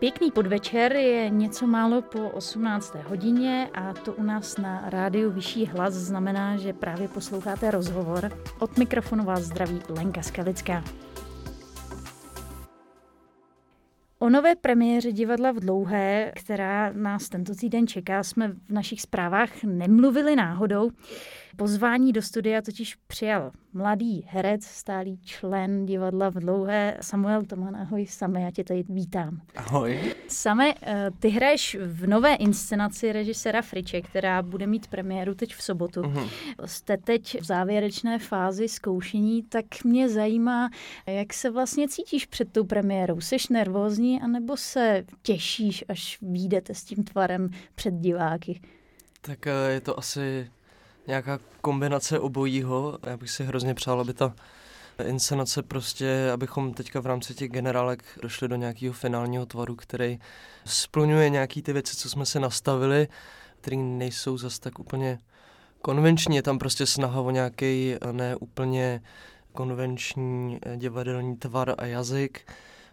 Pěkný podvečer, je něco málo po 18. hodině a to u nás na rádiu Vyšší hlas znamená, že právě posloucháte rozhovor. Od mikrofonu vás zdraví Lenka Skalická. O nové premiéře divadla v Dlouhé, která nás tento týden čeká, jsme v našich zprávách nemluvili náhodou. Pozvání do studia totiž přijal mladý herec, stálý člen divadla v Dlouhé, Samuel Toman. Ahoj, Same, já tě tady vítám. Ahoj. Same, ty hraješ v nové inscenaci režiséra Friče, která bude mít premiéru teď v sobotu. Jste teď v závěrečné fázi zkoušení, tak mě zajímá, jak se vlastně cítíš před tou premiérou. Jsi nervózní, anebo se těšíš, až vyjdete s tím tvarem před diváky? Tak je to asi nějaká kombinace obojího. Já bych si hrozně přál, aby ta inscenace prostě, abychom teďka v rámci těch generálek došli do nějakého finálního tvaru, který splňuje nějaký ty věci, co jsme si nastavili, které nejsou zas tak úplně konvenční. Je tam prostě snaha o nějaký ne úplně konvenční divadelní tvar a jazyk.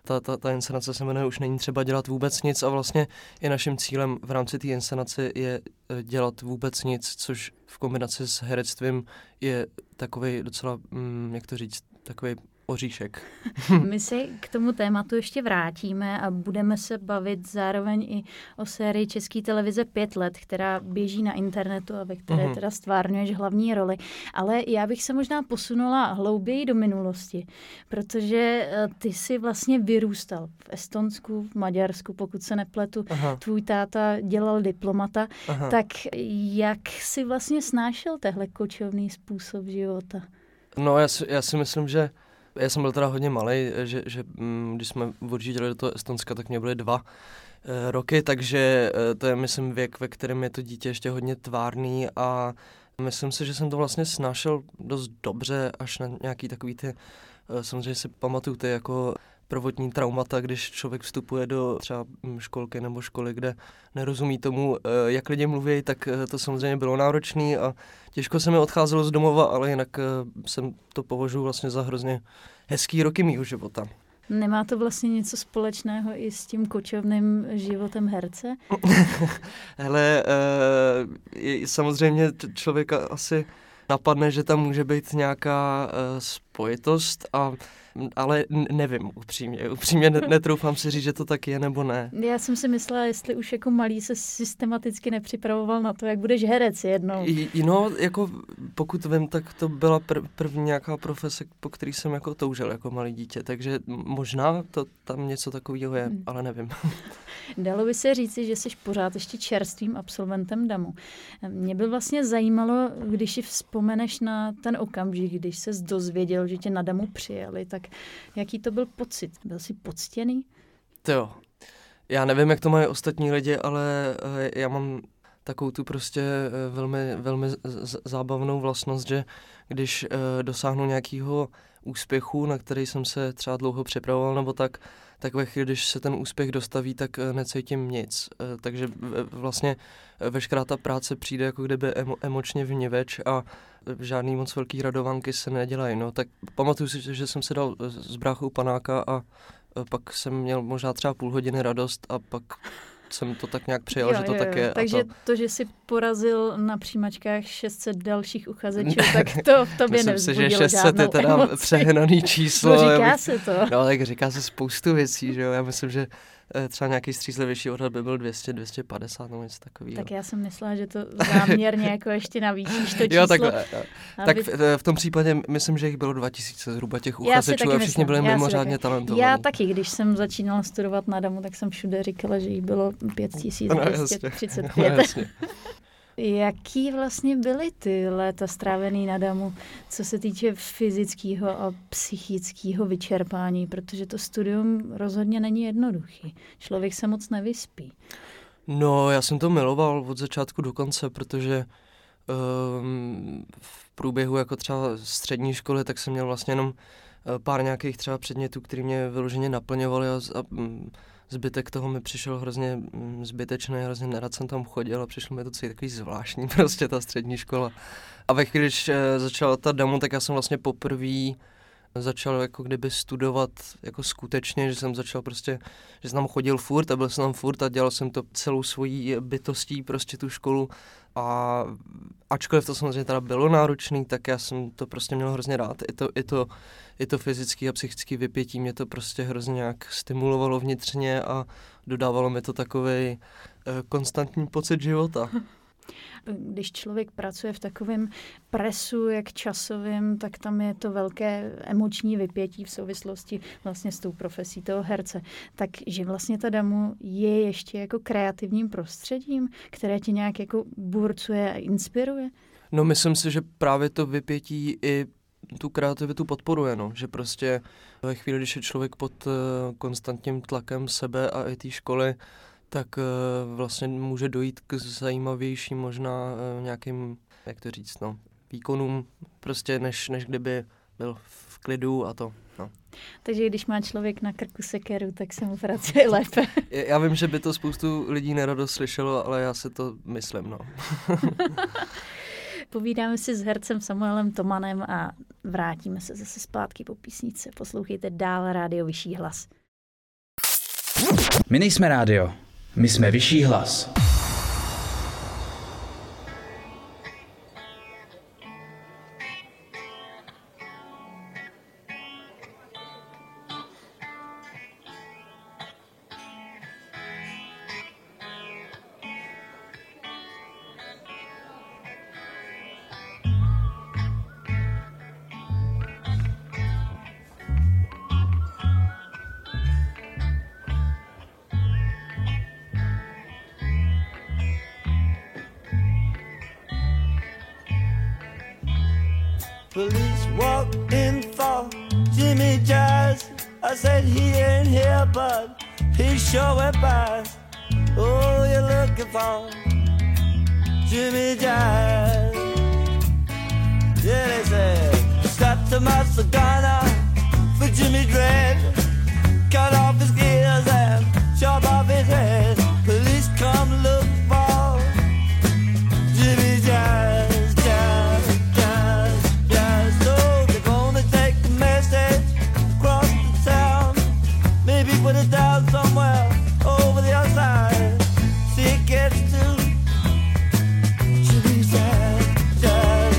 Ta inscenace se jmenuje Už není třeba dělat vůbec nic a vlastně i naším cílem v rámci té inscenace je dělat vůbec nic, což v kombinaci s herectvím je takovej docela, jak to říct, takovej oříšek. My se k tomu tématu ještě vrátíme a budeme se bavit zároveň i o sérii České televize 5 let, která běží na internetu a ve které teda stvárňuješ hlavní roli. Ale já bych se možná posunula hlouběji do minulosti, protože ty jsi vlastně vyrůstal v Estonsku, v Maďarsku, pokud se nepletu. Tvůj táta dělal diplomata. Tak jak jsi vlastně snášel tehle kočovný způsob života? No já si myslím, že já jsem byl teda hodně malej, že když jsme odjížděli do toho Estonska, tak mě byly 2 roky, takže to je, myslím, věk, ve kterém je to dítě ještě hodně tvárný a myslím si, že jsem to vlastně snášel dost dobře, až na nějaký takový ty, samozřejmě si pamatuju ty jako prvotní traumata, když člověk vstupuje do třeba školky nebo školy, kde nerozumí tomu, jak lidi mluví, tak to samozřejmě bylo náročné a těžko se mi odcházelo z domova, ale jinak jsem to považuji vlastně za hrozně hezký roky mýho života. Nemá to vlastně něco společného i s tím kočovným životem herce? Hele, samozřejmě člověka asi napadne, že tam může být nějaká spojitost, ale nevím upřímně netroufám si říct, že to tak je nebo ne. Já jsem si myslela, jestli už jako malý se systematicky nepřipravoval na to, jak budeš herec jednou. No, jako pokud vím, tak to byla první nějaká profese, po který jsem jako toužil jako malý dítě, takže možná to tam něco takového je, ale nevím. Dalo by se říci, že jsi pořád ještě čerstvým absolventem DAMu. Mě by vlastně zajímalo, když si vzpomeneš na ten okamžik, když ses dozvěděl, že tě na DAMu přijeli, tak jaký to byl pocit? Byl jsi poctěný? Jo. Já nevím, jak to mají ostatní lidi, ale já mám takovou tu prostě velmi zábavnou vlastnost, že když dosáhnu nějakého úspěchu, na který jsem se třeba dlouho připravoval nebo tak ve chvíli, když se ten úspěch dostaví, tak necítím nic. Takže vlastně veškerá ta práce přijde jako kdyby emočně vniveč a žádný moc velký radovanky se nedělají. No, tak pamatuju si, že jsem si dal s bráchou panáka a pak jsem měl možná třeba půl hodiny radost a pak jsem to tak nějak přijal, že to tak je. Takže to, že jsi porazil na přijímačkách 600 dalších uchazečů, tak to v tobě nevzbudilo žádnou emoci. Myslím si, že 600 je teda přehnaný číslo. No, říká se to. No, tak říká se spoustu věcí, že jo. Já myslím, že třeba nějaký střízlivější odhad by byl 200, 250 nebo něco takového. Tak já jsem myslela, že to záměrně jako ještě navýšíš to číslo. Jo, tak v tom případě myslím, že jich bylo 2000 zhruba těch uchazečů a všichni byli mimořádně talentovaní. Já taky, když jsem začínala studovat na DAMu, tak jsem všude říkala, že jich bylo 5235. No, Jaký vlastně byly ty léta strávený na DAMu, co se týče fyzického a psychického vyčerpání, protože to studium rozhodně není jednoduchý. Člověk se moc nevyspí. No, já jsem to miloval od začátku do konce, protože v průběhu jako třeba střední školy, tak jsem měl vlastně jenom pár nějakých třeba předmětů, které mě vyloženě naplňovaly a zbytek toho mi přišel hrozně zbytečný, hrozně nerad jsem tam chodil a přišlo mi to celý takový zvláštní prostě ta střední škola. A ve chvíli, když začala ta DAMu, tak já jsem vlastně poprvé začal jako kdyby studovat jako skutečně, že jsem začal prostě, že jsem tam chodil furt a byl jsem tam furt a dělal jsem to celou svojí bytostí prostě tu školu a ačkoliv to samozřejmě teda bylo náročný, tak já jsem to prostě měl hrozně rád. I to fyzické a psychické vypětí mě to prostě hrozně nějak stimulovalo vnitřně a dodávalo mi to takovej konstantní pocit života. Když člověk pracuje v takovém presu, jak časovým, tak tam je to velké emoční vypětí v souvislosti vlastně s tou profesí toho herce. Takže vlastně ta DAMU je ještě jako kreativním prostředím, které tě nějak jako burcuje a inspiruje? No myslím si, že právě to vypětí i tu kreativitu podporuje, no. Že prostě ve chvíli, když je člověk pod konstantním tlakem sebe a i té školy, tak vlastně může dojít k zajímavějším možná nějakým, jak to říct, no, výkonům, prostě než kdyby byl v klidu a to, no. Takže když má člověk na krku sekeru, tak se mu pracuje lépe. Já vím, že by to spoustu lidí nerado slyšelo, ale já si to myslím, no. Povídáme si s hercem Samuelem Tomanem a vrátíme se zase zpátky po písničce. Poslouchejte dál Rádio Vyšší hlas. My nejsme rádio, my jsme Vyšší hlas. Police walked in for Jimmy Jazz. I said he ain't here, but he sure went by. Oh, you're looking for Jimmy Jazz. Yeah, they said, stop the master gunner for Jimmy Dread. Cut off his ears and chop off his head. Police come look for Jimmy Jazz. Put it down somewhere over the other side. See it gets to Jimmy Jazz, Jazz.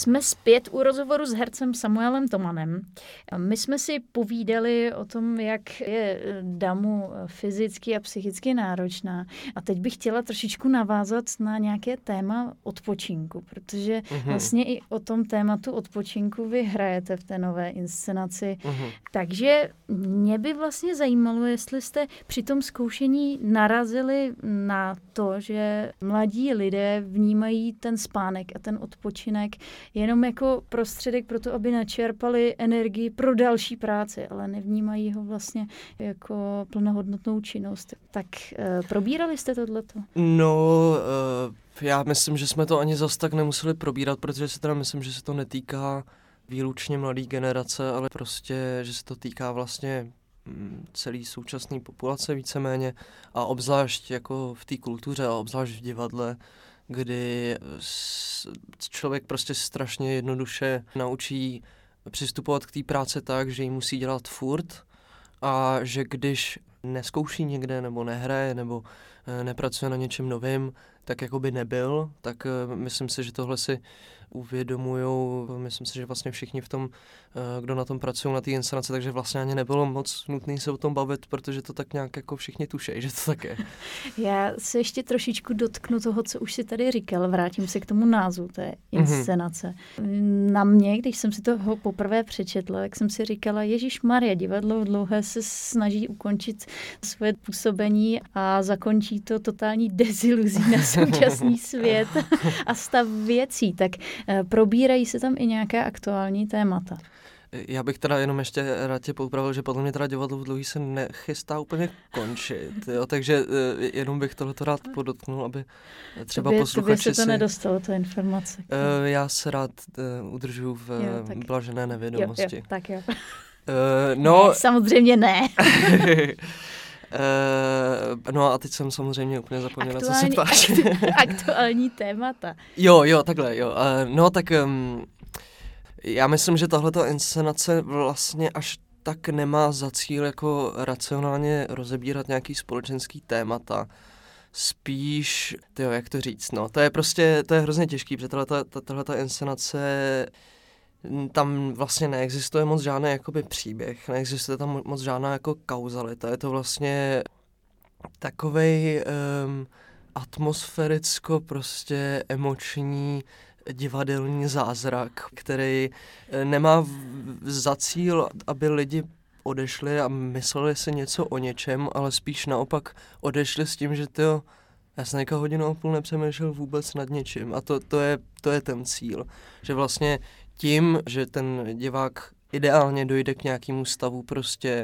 Jsme zpět u rozhovoru s hercem Samuelem Tomanem. My jsme si povídali o tom, jak je Damu fyzicky a psychicky náročná. A teď bych chtěla trošičku navázat na nějaké téma odpočinku, protože vlastně i o tom tématu odpočinku vy hrajete v té nové inscenaci. Takže mě by vlastně zajímalo, jestli jste při tom zkoušení narazili na to, že mladí lidé vnímají ten spánek a ten odpočinek jenom jako prostředek pro to, aby načerpali energii pro další práci, ale nevnímají ho vlastně jako plnohodnotnou činnost. Tak probírali jste tohleto? No, já myslím, že jsme to ani zas tak nemuseli probírat, protože si teda myslím, že se to netýká výlučně mladé generace, ale prostě, že se to týká vlastně celý současné populace víceméně a obzvlášť jako v té kultuře a obzvlášť v divadle, kdy člověk prostě strašně jednoduše naučí přistupovat k té práci tak, že ji musí dělat furt a že když nezkouší někde nebo nehraje nebo nepracuje na něčem novým, tak jako by nebyl, tak myslím si, že tohle si uvědomujou, myslím si, že vlastně všichni v tom, kdo na tom pracují, na té inscenaci, takže vlastně ani nebylo moc nutné se o tom bavit, protože to tak nějak jako všichni tušejí, že to tak je. Já se ještě trošičku dotknu toho, co už si tady říkal, vrátím se k tomu názvu té inscenace. Na mě, když jsem si toho poprvé přečetla, tak jsem si říkala, Ježišmarja, divadlo dlouhé se snaží ukončit svoje působení a zakončí to totální deziluzí na současný svět a stav věcí. Tak probírají se tam i nějaké aktuální témata. Já bych teda jenom ještě rád tě popravil, že podle mě teda divadlo v dlouhý se nechystá úplně končit, jo? Takže jenom bych tohleto rád podotknul, aby třeba posluchači si... se to nedostalo, ta informace. Já se rád udržuju v blažené nevědomosti. Jo, tak jo. No, ne, samozřejmě ne. No a teď jsem samozřejmě úplně zapomněla, co se ptáš. Aktuální témata. Jo, takhle, jo. No tak já myslím, že tahleto inscenace vlastně až tak nemá za cíl jako racionálně rozebírat nějaký společenský témata. Spíš, jak to říct, no, to je hrozně těžký, protože tahleta inscenace, tam vlastně neexistuje moc žádný jakoby příběh, neexistuje tam moc žádná jako kauzalita, je to vlastně takovej atmosféricko prostě emoční divadelní zázrak, který nemá za cíl, aby lidi odešli a mysleli si něco o něčem, ale spíš naopak odešli s tím, že já jsem nějaká hodinu a půl nepřemýšlel vůbec nad něčím a to je ten cíl, že vlastně tím, že ten divák ideálně dojde k nějakému stavu prostě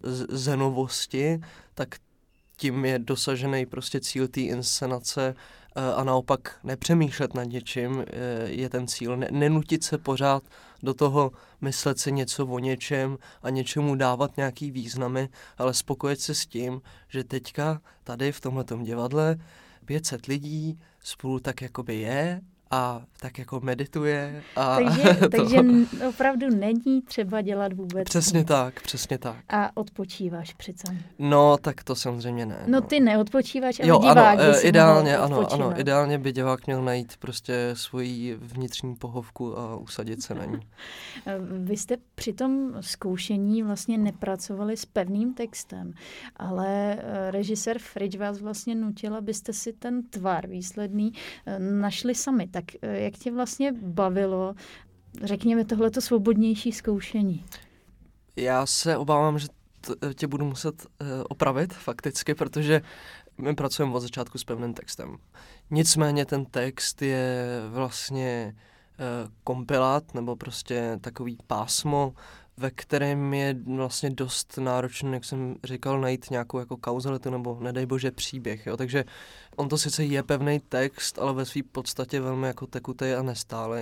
zenovosti, tak tím je dosažený prostě cíl té inscenace a naopak nepřemýšlet nad něčím je ten cíl. Nenutit se pořád do toho myslet si něco o něčem a něčemu dávat nějaký významy, ale spokojit se s tím, že teďka tady v tomhletom divadle 500 lidí spolu tak jakoby je a tak jako medituje. Takže opravdu není třeba dělat vůbec. Přesně tak. A odpočíváš přece. No, tak to samozřejmě ne. No ty neodpočíváš, ale divák by si ideálně by divák měl najít prostě svoji vnitřní pohovku a usadit se na ní. Vy jste při tom zkoušení vlastně nepracovali s pevným textem, ale režisér Fridge vás vlastně nutil, abyste si ten tvar výsledný našli sami. Tak jak tě vlastně bavilo, řekněme, tohleto svobodnější zkoušení? Já se obávám, že tě budu muset opravit fakticky, protože my pracujeme od začátku s pevným textem. Nicméně ten text je vlastně kompilát nebo prostě takový pásmo, ve kterém je vlastně dost náročné, jak jsem říkal, najít nějakou jako kauzalitu nebo nedej bože příběh. Jo? Takže on to sice je pevný text, ale ve své podstatě velmi jako tekutý a nestálý.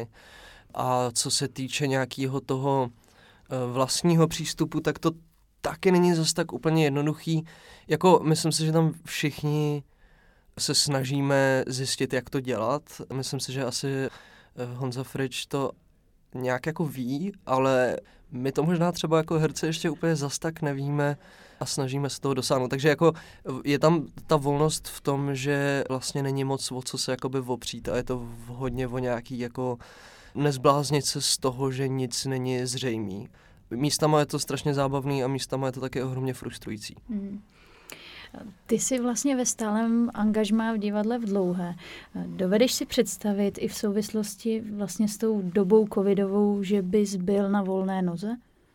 A co se týče nějakého toho vlastního přístupu, tak to taky není zase tak úplně jednoduchý. Jako myslím si, že tam všichni se snažíme zjistit, jak to dělat. Myslím si, že asi Honza Fridge to nějak jako ví, ale my to možná třeba jako herci ještě úplně zas tak nevíme a snažíme se toho dosáhnout. Takže jako je tam ta volnost v tom, že vlastně není moc o co se jakoby opřít a je to hodně o nějaký jako nezbláznit se z toho, že nic není zřejmý. Místama je to strašně zábavný a místama je to také ohromně frustrující. Ty jsi vlastně ve stálem angažmá v divadle v Dlouhé. Dovedeš si představit i v souvislosti vlastně s tou dobou covidovou, že bys byl na volné noze?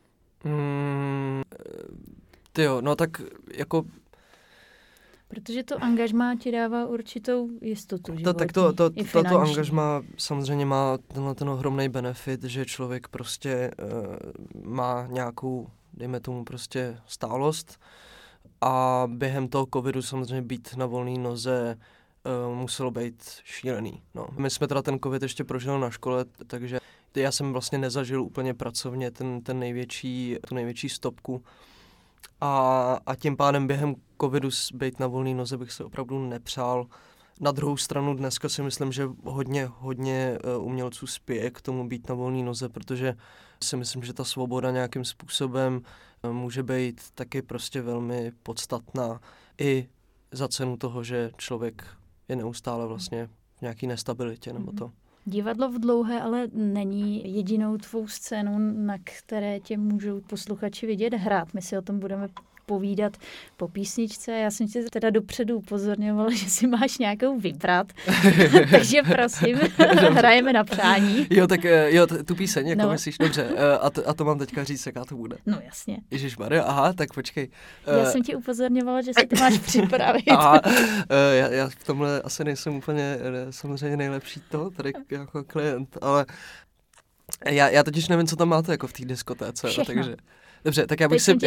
Tyjo, no tak jako... Protože to angažmá ti dává určitou jistotu životní, Tak to angažmá samozřejmě má ten ohromný benefit, že člověk prostě má nějakou, dejme tomu prostě stálost a během toho covidu samozřejmě být na volné noze muselo být šílený. No. My jsme teda ten covid ještě prožili na škole, takže já jsem vlastně nezažil úplně pracovně tu největší stopku. A tím pádem během covidu být na volné noze bych se opravdu nepřál. Na druhou stranu dneska si myslím, že hodně umělců spěje k tomu být na volné noze, protože si myslím, že ta svoboda nějakým způsobem může být taky prostě velmi podstatná i za cenu toho, že člověk je neustále vlastně v nějaký nestabilitě nebo to. Divadlo v Dlouhé ale není jedinou tvou scénou, na které tě můžou posluchači vidět hrát. My si o tom budeme povídat po písničce. Já jsem tě teda dopředu upozorňovala, že si máš nějakou vybrat. Takže prosím, hrajeme na přání. Tu píseň, jako myslíš, dobře. A to mám teďka říct, jaká to bude. No jasně. Ježišmarja, aha, tak počkej. Já jsem ti upozorňovala, že si to máš připravit. Já v tomhle asi nejsem úplně samozřejmě nejlepší tady jako klient, ale já totiž nevím, co tam máte jako v té diskotéce. Takže... Dobře, tak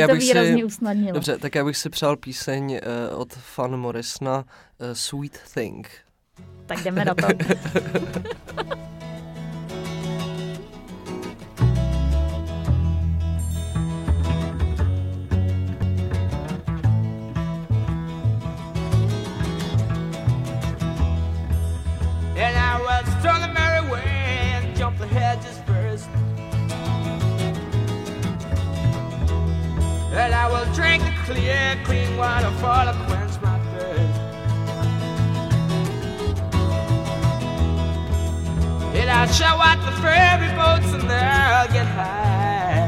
já bych si přál píseň od Van Morrisona Sweet Thing. Tak jdeme na to. And I was strung the merry way and jumped the hedges first. And I will drink the clear, clean water for to quench my thirst. And I'll show out the ferry boats and they'll get high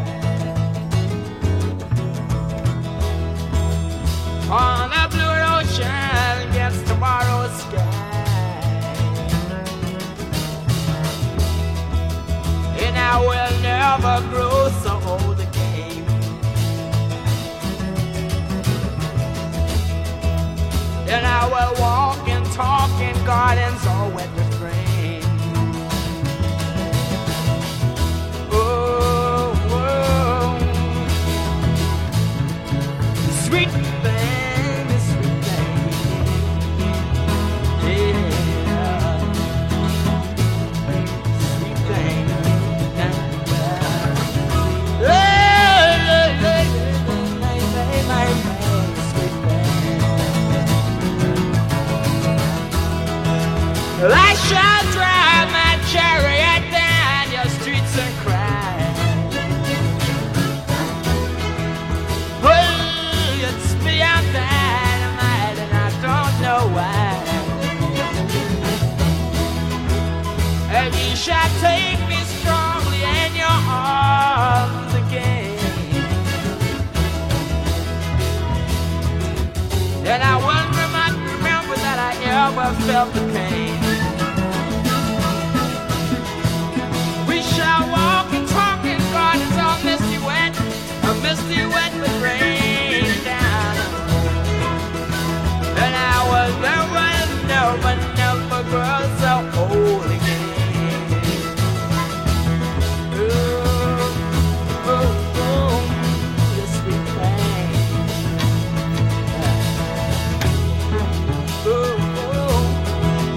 on the blue ocean against tomorrow's sky. And I will never grow so old again. And I will walk and talk in gardens all wet with rain. Oh, oh. Sweet thing, sweet thing. Yeah. Sweet thing. I shall drive my chariot down your streets and cry. Oh, it's beyond dynamite and I don't know why. And you shall take me strongly in your arms again. And I will remember that I ever felt the pain. I walk and talk in gardens all misty wet with rain down. And I will never grow so old again. Ooh, ooh, ooh, the sweet thing. Ooh, ooh.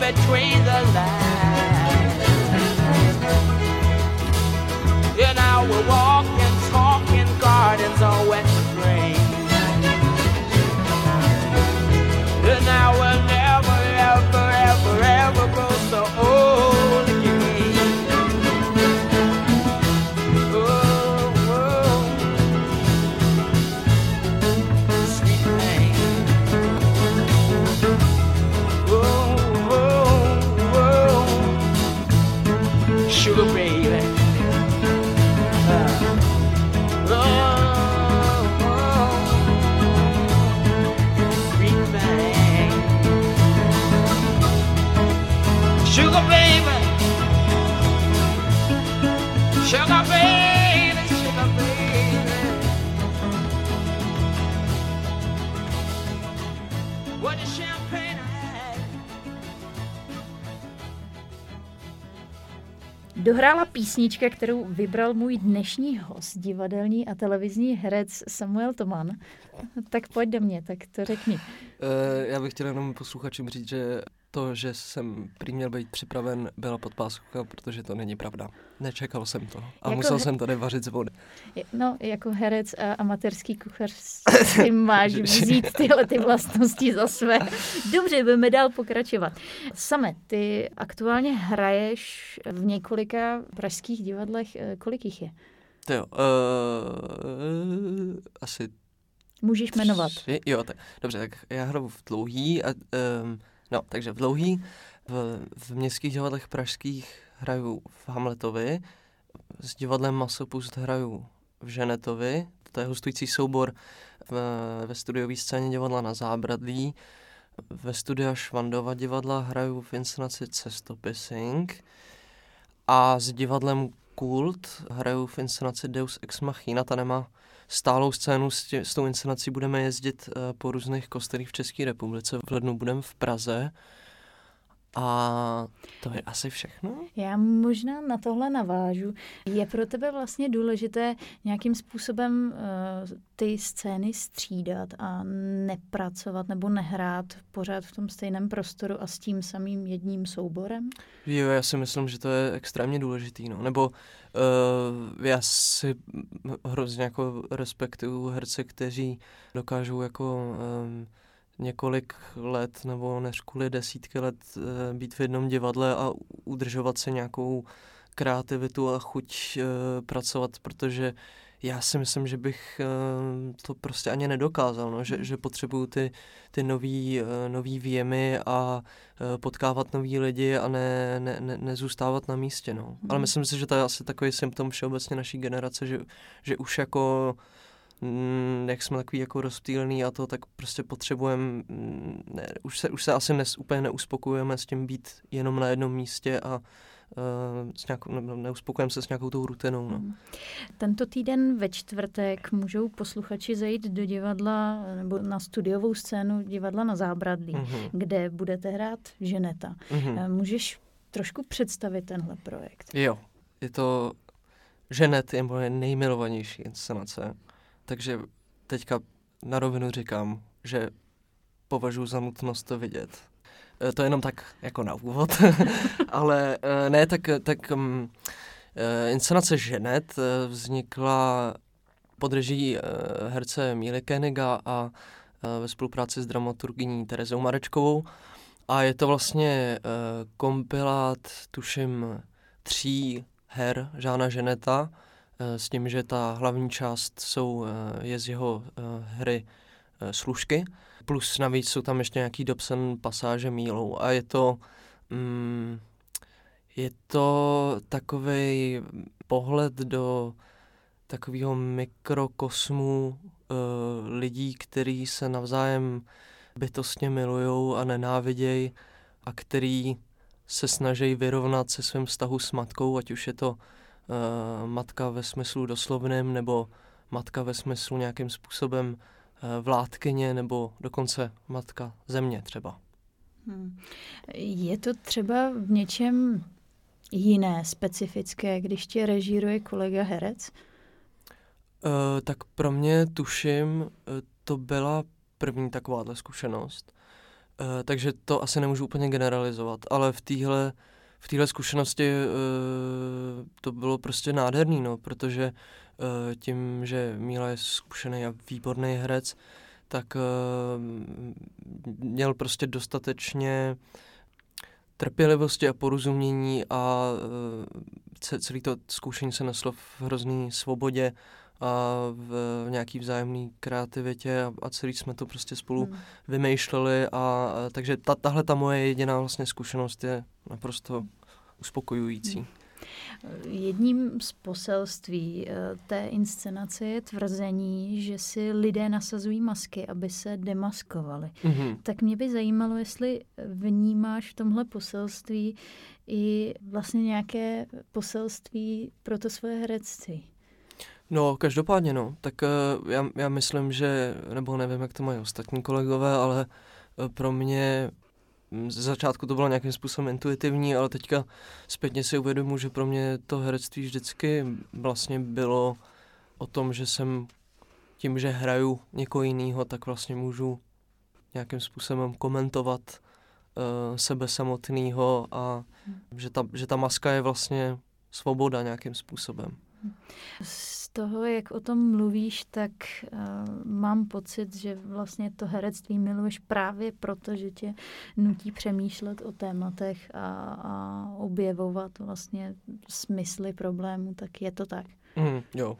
between the lines. And I will walk and talk in gardens on wet spring. And I will never, ever, ever, ever grow so old again. Oh, oh, sweet thing. Oh, oh, oh, sugar baby. Sugar baby, sugar baby, sugar baby. What is champagne I had? Dohrála písnička, kterou vybral můj dnešní host, divadelní a televizní herec Samuel Toman. Tak pojď do mě, tak to řekni. Já bych chtěl jenom posluchačům říct, že to, že jsem prý měl být připraven, byla podpásovka, protože to není pravda. Nečekal jsem to a musel jsem tady vařit z vody. No, jako herec a amatérský kuchař si máš vzít tyhle ty vlastnosti za své. Dobře, budeme dál pokračovat. Same, ty aktuálně hraješ v několika pražských divadlech. Kolik jich je? To jo, asi... Můžeš jmenovat. Jo, tak, dobře, tak já hraju v Dlouhý a... No, takže v Dlouhý, v městských divadlech pražských hraju v Hamletovi, s divadlem Masopust hraju v Ženetovi, to je hostující soubor ve studiové scéně divadla Na Zábradlí, ve studia Švandova divadla hraju v inscenaci Cestopising a s divadlem Kult hraju v inscenaci Deus Ex Machina, ta nemá stálou scénu, s tou inscenací budeme jezdit po různých kostelích v České republice. V lednu budeme v Praze. A to je asi všechno? Já možná na tohle navážu. Je pro tebe vlastně důležité nějakým způsobem ty scény střídat a nepracovat nebo nehrát pořád v tom stejném prostoru a s tím samým jedním souborem? Jo, já si myslím, že to je extrémně důležitý. No. Nebo já si hrozně jako respektuju herce, kteří dokážou jako... několik let nebo než kvůli desítky let být v jednom divadle a udržovat si nějakou kreativitu a chuť pracovat, protože já si myslím, že bych to prostě ani nedokázal, no? Že potřebuju ty nový výjemy a potkávat nový lidi a nezůstávat na místě. No. Ale myslím si, že to je asi takový symptom všeobecně naší generace, že už jako jak jsme takový jako rozptýlený a to, tak prostě potřebujeme, už se asi úplně neuspokojujeme s tím být jenom na jednom místě a neuspokojujeme se s nějakou tou rutinou. No. Tento týden ve čtvrtek můžou posluchači zajít do divadla nebo na studiovou scénu divadla Na Zábradlí, kde budete hrát Ženeta. Můžeš trošku představit tenhle projekt? Jo, je to Ženet je moje nejmilovanější inscenace. Takže teďka na rovinu říkám, že považuji za nutnost to vidět. To je jenom tak jako na úvod, ale ne, tak inscenace Ženet vznikla pod režií herce Míly Koeniga a ve spolupráci s dramaturgyní Terezou Marečkovou. A je to vlastně kompilát, tuším, 3 her Žána Ženeta, s tím, že ta hlavní část je z jeho hry Služky, plus navíc jsou tam ještě nějaký dopsaný pasáže Mílou a je to takovej pohled do takového mikrokosmu lidí, kteří se navzájem bytostně milujou a nenávidějí a který se snaží vyrovnat se svým vztahu s matkou, ať už je to matka ve smyslu doslovném, nebo matka ve smyslu nějakým způsobem vládkyně, nebo dokonce matka země třeba. Je to třeba v něčem jiné, specifické, když tě režíruje kolega herec? Tak pro mě, tuším, to byla první takováhle zkušenost. Takže to asi nemůžu úplně generalizovat, ale v téhle zkušenosti to bylo prostě nádherný, no, protože tím, že Míla je zkušený a výborný herec, tak měl prostě dostatečně trpělivosti a porozumění a celé to zkoušení se neslo v hrozný svobodě a v nějaký vzájemný kreativitě a celý jsme to prostě spolu vymýšleli a takže tahle ta moje jediná vlastně zkušenost je naprosto uspokojující. Jedním z poselství té inscenace je tvrzení, že si lidé nasazují masky, aby se demaskovali. Tak mě by zajímalo, jestli vnímáš v tomhle poselství i vlastně nějaké poselství pro to svoje herectví. No, každopádně no. Tak já myslím, že, nebo nevím, jak to mají ostatní kolegové, ale pro mě ze začátku to bylo nějakým způsobem intuitivní, ale teďka zpětně si uvědomuji, že pro mě to herectví vždycky vlastně bylo o tom, že jsem tím, že hraju někoho jinýho, tak vlastně můžu nějakým způsobem komentovat sebe samotnýho a že ta maska je vlastně svoboda nějakým způsobem. Z toho, jak o tom mluvíš, tak mám pocit, že vlastně to herectví miluješ právě proto, že tě nutí přemýšlet o tématech a objevovat vlastně smysly problémů, tak je to tak. Jo,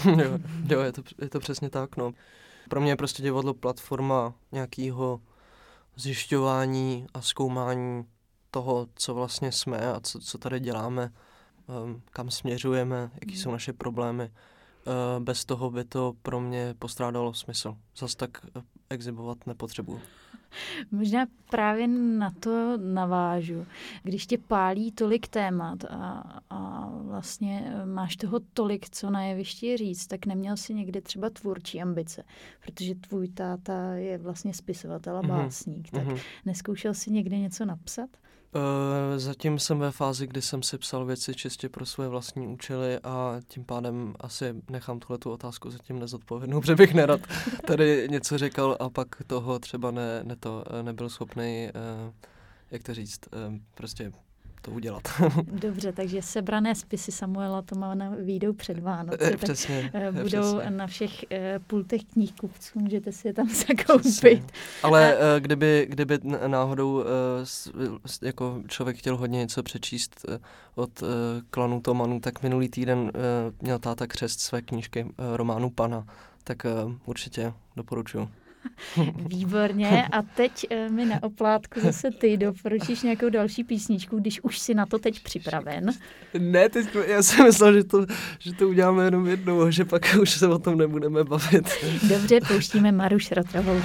je to přesně tak, no. Pro mě je prostě divadlo platforma nějakého zjišťování a zkoumání toho, co vlastně jsme a co tady děláme, kam směřujeme, jaký jsou naše problémy. Bez toho by to pro mě postrádalo smysl. Zas tak exhibovat nepotřebuju. Možná právě na to navážu. Když tě pálí tolik témat a vlastně máš toho tolik, co na jevišti říct, tak neměl jsi někdy třeba tvůrčí ambice, protože tvůj táta je vlastně spisovatel a básník. Tak neskoušel jsi někdy něco napsat? Zatím jsem ve fázi, kdy jsem si psal věci čistě pro svoje vlastní účely a tím pádem asi nechám tuhletu otázku zatím nezodpovědnou, protože bych nerad tady něco řekl a pak toho třeba nebyl schopný, jak to říct, prostě to udělat. Dobře, takže sebrané spisy Samuela Tomana vyjdou před Vánoce. Přesně. Budou na všech pultech knihkupců, můžete si je tam zakoupit. Ale kdyby náhodou jako člověk chtěl hodně něco přečíst od klanu Tomanů, tak minulý týden měl táta křest své knížky románu Pana, tak určitě doporučuji. Výborně. A teď mi na oplátku zase ty doporučíš nějakou další písničku, když už si na to teď připraven. Ne, já jsem myslel, že to uděláme jenom jednou a že pak už se o tom nebudeme bavit. Dobře, pouštíme Maru Šrotrovou.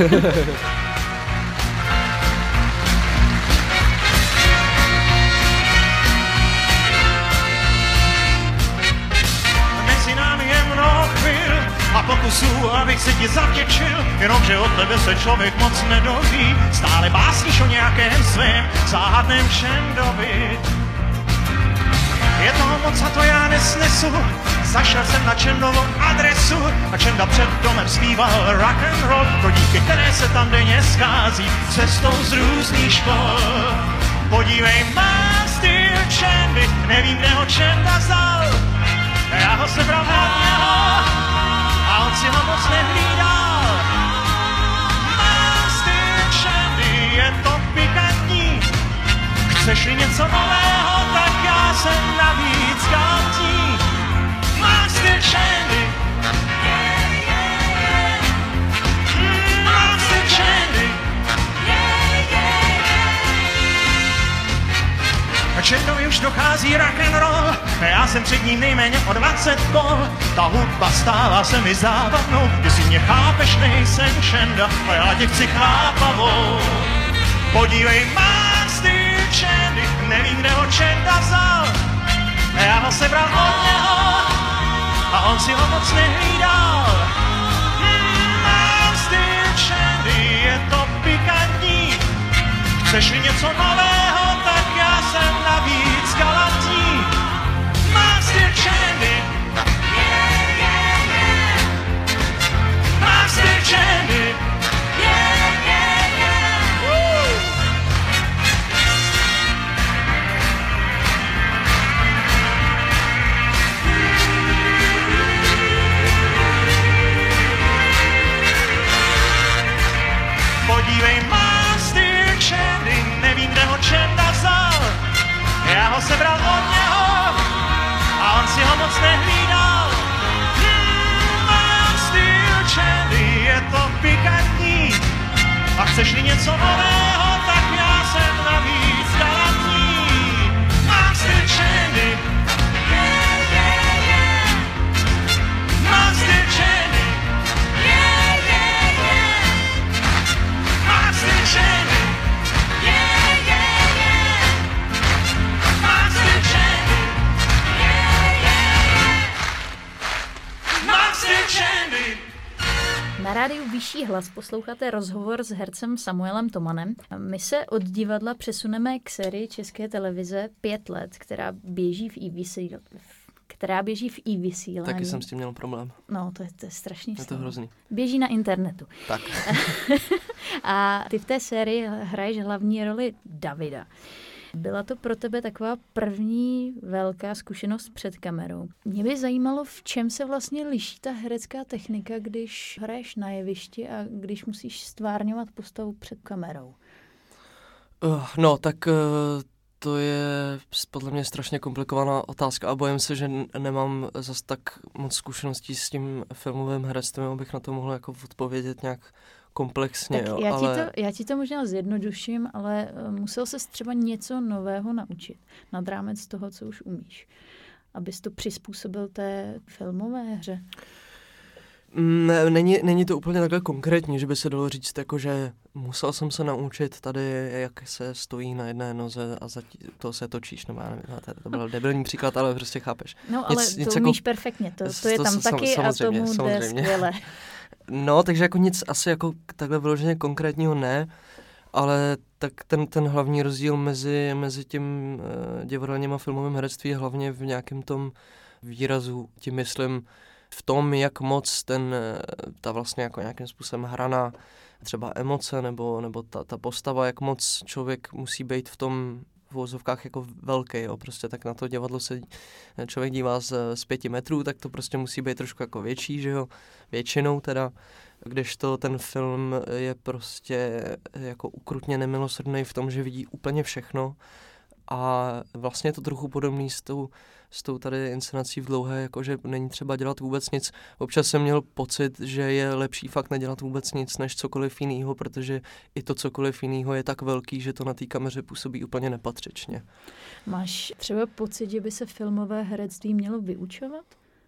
Mezi námi je mnoho chvíl a pokusů, abych se ti zavděčil, jenomže od tebe se člověk moc nedoví. Stále básníš o nějakém svém záhadném Čendovi. Je toho moc a to já nesnesu. Zašel jsem na Čendovou adresu a Čenda před domem zpíval rock and roll pro dívky, které se tam denně schází cestou z různých škol. Podívej, má styl Čendy, nevím, kde ho Čenda vzal. Já ho sebral od něho a on si ho moc nehlídal. Má styl Čendy, je to pikantní. Chceš-li něco nového, tak já jsem navíc galantní. Má styl Čendy. Má styl Čendy. Čendovi už dochází rock and roll, já jsem před ním nejméně o 20 kol. Ta hudba stává se mi závadnou, jestli mě chápeš, nejsem Čenda a já tě chci chápavou. Podívej, má styl Čendy, nevím, kde ho Čenda vzal. Já ho sebral od něho a on si ho moc nehlídal. Mám styl Čendy, je to pikantní. Chceš-li něco nového, tak já jsem navíc galantní. Mám styl Čendy. Mám styl Čendy. Podívej, má styl Chandy, nevím, kde ho Čenda vzal. Já ho sebral od něho a on si ho moc nehlídal. Mám styl Chandy, je to pikantní. A chceš-li něco nového, tak já jsem navíc galantní. Mám styl Chandy. Mám styl Chandy. Mám styl Chandy. Mám styl Chandy. Mám styl Chandy. Na rádiu Vyšší hlas posloucháte rozhovor s hercem Samuelem Tomanem. My se od divadla přesuneme k sérii České televize 5 let, která běží v iVysílání. Taky jsem s tím měl problém. No, to je strašný. Je to hrozný. Běží na internetu. Tak. A ty v té sérii hraješ hlavní roli Davida. Byla to pro tebe taková první velká zkušenost před kamerou. Mě by zajímalo, v čem se vlastně liší ta herecká technika, když hraješ na jevišti a když musíš stvárňovat postavu před kamerou. No, tak to je podle mě strašně komplikovaná otázka a bojím se, že nemám zas tak moc zkušeností s tím filmovým herectvím, abych na to mohl jako odpovědět nějak komplexně. Tak jo, já ti to možná zjednoduším, ale musel ses třeba něco nového naučit nad rámec toho, co už umíš, abys to přizpůsobil té filmové hře. Není to úplně takhle konkrétní, že by se dalo říct, jako, že musel jsem se naučit tady, jak se stojí na jedné noze a to se točíš, nebo já nevím, to byl debilní příklad, ale prostě chápeš. No, ale to umíš jako, perfektně, to je tam taky a tomu jde skvěle. No, takže jako nic asi jako takhle vyloženě konkrétního ne, ale tak ten hlavní rozdíl mezi tím divadelním a filmovým herectví je hlavně v nějakém tom výrazu, tím myslím v tom, jak moc ta vlastně jako nějakým způsobem hraná třeba emoce nebo ta postava, jak moc člověk musí být v tom v uvozovkách jako velký, jo. Prostě tak na to divadlo se člověk dívá z 5 metrů, tak to prostě musí být trošku jako větší, že jo, většinou teda, kdežto ten film je prostě jako ukrutně nemilosrdný v tom, že vidí úplně všechno a vlastně je to trochu podobný s tou tady inscenací v dlouhé, jakože není třeba dělat vůbec nic. Občas jsem měl pocit, že je lepší fakt nedělat vůbec nic, než cokoliv jinýho, protože i to cokoliv jinýho je tak velký, že to na té kameře působí úplně nepatřičně. Máš třeba pocit, že by se filmové herectví mělo vyučovat?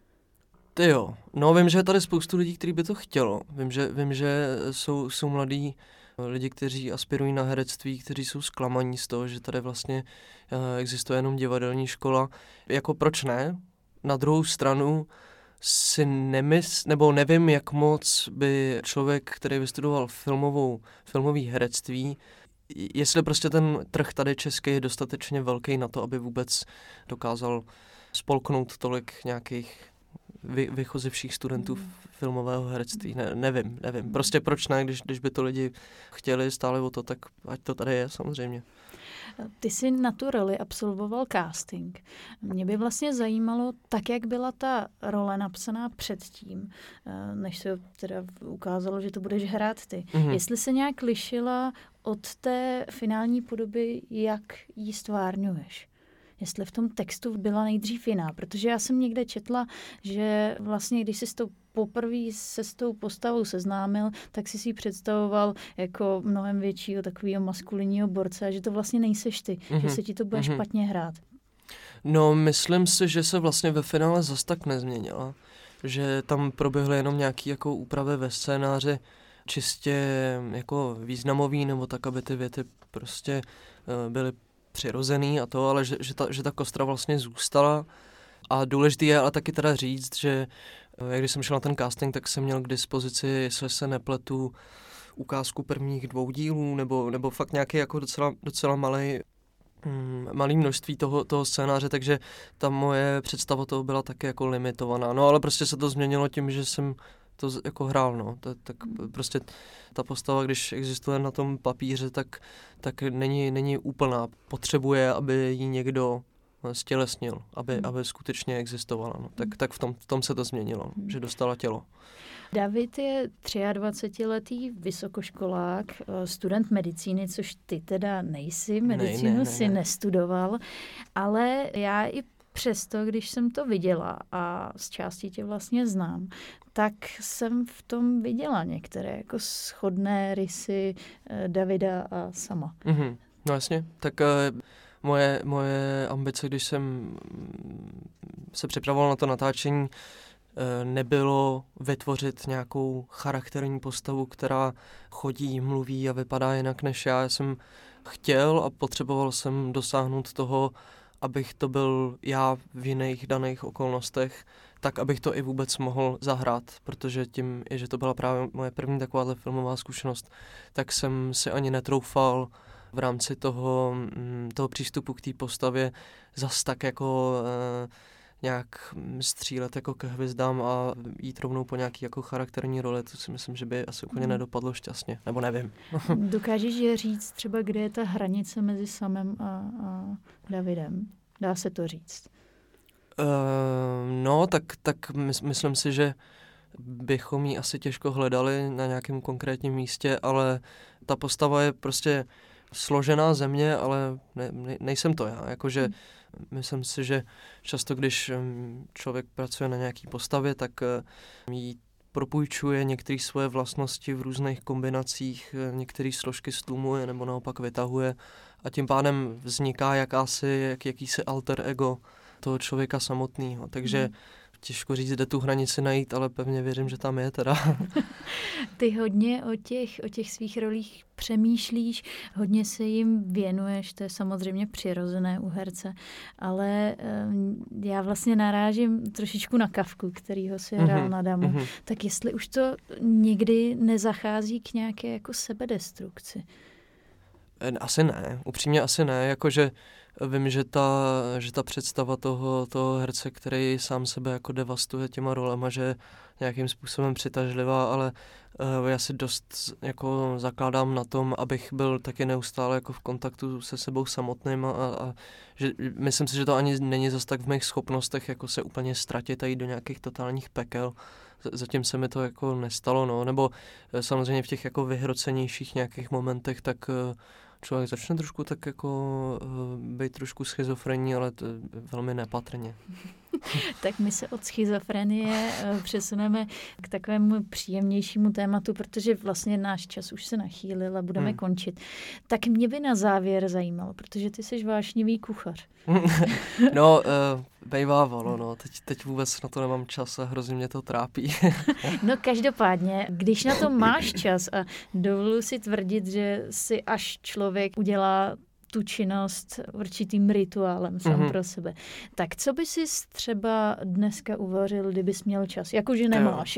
Ty jo. No, vím, že je tady spoustu lidí, kteří by to chtělo. Vím, že jsou mladí lidi, kteří aspirují na herectví, kteří jsou zklamaní z toho, že tady vlastně existuje jenom divadelní škola. Jako proč ne? Na druhou stranu si nevím, jak moc by člověk, který vystudoval filmový herectví, jestli prostě ten trh tady český je dostatečně velký na to, aby vůbec dokázal spolknout tolik nějakých vychozivších studentů filmového herectví. Nevím. Prostě proč ne, když by to lidi chtěli, stále o to, tak ať to tady je samozřejmě. Ty jsi na tu roli absolvoval casting. Mě by vlastně zajímalo, tak jak byla ta role napsaná předtím, než se teda ukázalo, že to budeš hrát ty. Mm-hmm. Jestli se nějak lišila od té finální podoby, jak ji stvárňuješ. Jestli v tom textu byla nejdřív jiná, protože já jsem někde četla, že vlastně, když jsi poprvé se s tou postavou seznámil, tak jsi si ji představoval jako mnohem většího takového maskulinního borce a že to vlastně nejseš ty, že se ti to bude špatně hrát. No, myslím si, že se vlastně ve finále zas tak nezměnila, že tam proběhly jenom nějaké jako úpravy ve scénáři, čistě jako významový, nebo tak, aby ty věty prostě byly přirozený a to, ale že ta kostra vlastně zůstala. A důležité je ale taky teda říct, že když jsem šel na ten casting, tak jsem měl k dispozici, jestli se nepletu, ukázku prvních 2 dílů, nebo fakt nějaký jako docela malý množství toho scénáře, takže ta moje představa toho byla taky jako limitovaná. No ale prostě se to změnilo tím, že jsem to jako hrál, no. Tak prostě ta postava, když existuje na tom papíře, tak není úplná. Potřebuje, aby ji někdo stělesnil, aby skutečně existovala. No. Tak v tom se to změnilo, že dostala tělo. David je 23letý vysokoškolák, student medicíny, což ty teda nejsi, medicínu si nestudoval, ale já i přesto, když jsem to viděla a z části tě vlastně znám, tak jsem v tom viděla některé jako shodné rysy Davida a sama. Mm-hmm. No jasně, tak moje ambice, když jsem se připravoval na to natáčení, nebylo vytvořit nějakou charakterní postavu, která chodí, mluví a vypadá jinak než já. Já jsem chtěl a potřeboval jsem dosáhnout toho, abych to byl já v jiných daných okolnostech, tak abych to i vůbec mohl zahrát, protože tím, že to byla právě moje první takováhle filmová zkušenost, tak jsem si ani netroufal v rámci toho přístupu k té postavě zas tak jako nějak střílet jako ke hvězdám a jít rovnou po nějaký jako charakterní roli. To si myslím, že by asi úplně nedopadlo šťastně, nebo nevím. Dokážeš říct třeba, kde je ta hranice mezi Samem a Davidem? Dá se to říct? No, tak myslím si, že bychom ji asi těžko hledali na nějakém konkrétním místě, ale ta postava je prostě složená ze mě, ale nejsem to já. Jakože myslím si, že často, když člověk pracuje na nějaký postavě, tak jí propůjčuje některé svoje vlastnosti v různých kombinacích, některé složky stlumuje nebo naopak vytahuje a tím pádem vzniká jakýsi alter ego toho člověka samotného. Takže těžko říct, kde tu hranici najít, ale pevně věřím, že tam je teda. Ty hodně o těch svých rolích přemýšlíš, hodně se jim věnuješ, to je samozřejmě přirozené u herce, ale já vlastně narážím trošičku na Kafku, kterýho si hrál na Damu. Tak jestli už to někdy nezachází k nějaké jako sebedestrukci? Asi ne, upřímně asi ne, jakože vím, že ta představa toho herce, který sám sebe jako devastuje těma rolema, že je nějakým způsobem přitažlivá, ale já si dost jako zakládám na tom, abych byl taky neustále jako v kontaktu se sebou samotným a že myslím si, že to ani není zas tak v mých schopnostech jako se úplně ztratit a jít do nějakých totálních pekel. Zatím se mi to jako nestalo, no, nebo samozřejmě v těch jako vyhrocenějších nějakých momentech, tak člověk začne trošku tak jako být trošku schizofrenní, ale to velmi nepatrně. Tak my se od schizofrenie přesuneme k takovému příjemnějšímu tématu, protože vlastně náš čas už se nachýlil a budeme končit. Tak mě by na závěr zajímalo, protože ty jsi vášnivý kuchař. No, bejvávalo, no. Teď vůbec na to nemám čas a hrozně mě to trápí. No každopádně, když na to máš čas a dovoluji si tvrdit, že si až člověk udělá tu činnost určitým rituálem sám pro sebe. Tak co by si třeba dneska uvařil, kdybys měl čas? Jakože nemáš.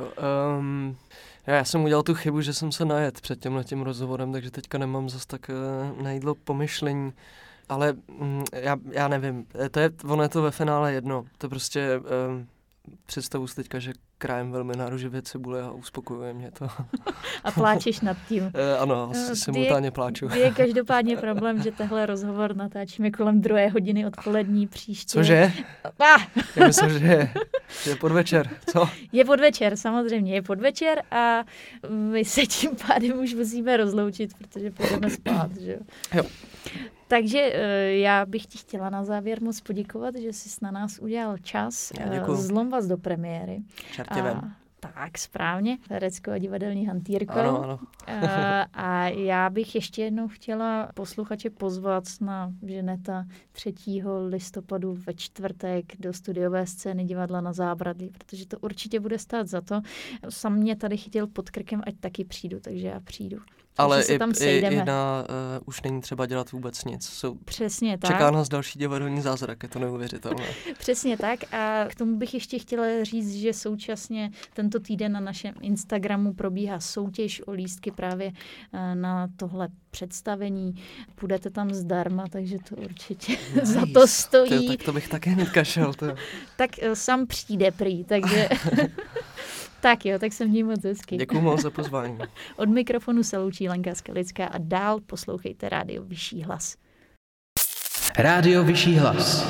Já jsem udělal tu chybu, že jsem se najet před tímhletím rozhovorem, takže teďka nemám zas tak na jídlo pomyšlení. Ale já nevím, ono je to ve finále jedno. To prostě představu si teďka, že krájem velmi náruživě cibule a uspokojuje mě to. A pláčeš nad tím. Ano, simultánně pláču. Je každopádně problém, že tehle rozhovor natáčíme kolem 2:00 odpolední příště. Cože? Já myslím, že je podvečer, co? Je podvečer, samozřejmě, je podvečer a my se tím pádem už musíme rozloučit, protože půjdeme spát, že jo? Takže já bych ti chtěla na závěr moc poděkovat, že jsi na nás udělal čas. Zlom vás do premiéry. Čertěvem. Tak, správně. Herecko a divadelní hantýrko. Ano. A já bych ještě jednou chtěla posluchače pozvat na Ženeta 3. listopadu ve čtvrtek do studiové scény Divadla Na zábradlí, protože to určitě bude stát za to. Sam mě tady chytil pod krkem, ať taky přijdu, takže já přijdu. Ale i už není třeba dělat vůbec nic. Přesně tak. Čeká nás další divadelní zázrak, je to neuvěřitelné. Přesně tak a k tomu bych ještě chtěla říct, že současně tento týden na našem Instagramu probíhá soutěž o lístky právě na tohle představení. Půjdete tam zdarma, takže to určitě za to stojí. Tak to bych taky hnedka šel. Tak sám přijde prý, takže... Tak jo, tak jsem v ní moc hezky. Děkuju moc za pozvání. Od mikrofonu se loučí Lenka Skalická a dál poslouchejte Rádio Vyšší hlas. Rádio Vyšší hlas.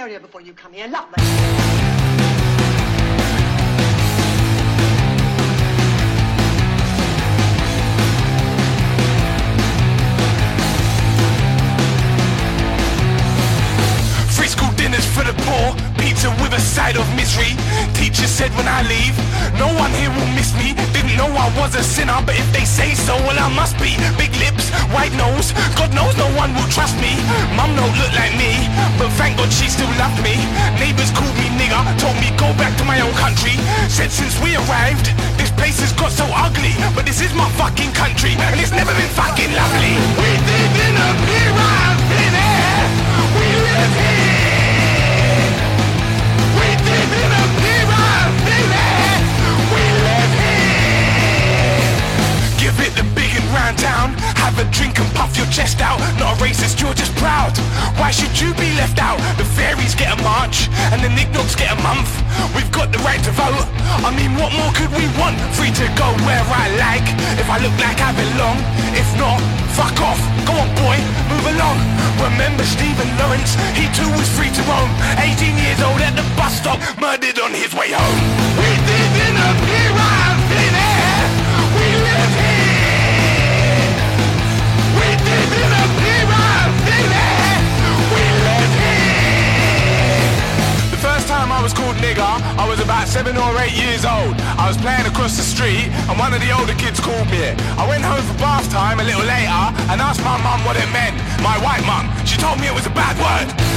area before you come here. Lovely. Dinners for the poor, pizza with a side of misery. Teacher said when I leave, no one here will miss me. Didn't know I was a sinner, but if they say so, well I must be. Big lips, white nose, God knows no one will trust me. Mum don't look like me, but thank God she still loved me. Neighbours called me nigger, told me go back to my own country. Said since we arrived, this place has got so ugly, but this is my fucking country, and it's never been fucking lovely. We live in a pyramid, we live here. Give it the big and round down. Have a drink and puff your chest out. Not a racist, you're just proud. Why should you be left out? The fairies get a march and the knick-knacks get a month. We've got the right to vote. I mean, what more could we want? Free to go where I like, if I look like I belong. If not, fuck off. Go on boy, move along. Remember Stephen Lawrence? He too was free to roam. 18 years old at the bus stop, murdered on his way home. We live in a pyramid. We live here. We live in a pyramid. We live here. The first time I was called nigger, I was about 7 or 8 years old. I was playing across the street and one of the older kids called me it. I went home for bath time a little later and asked my mum what it meant. My white mum, she told me it was a bad word.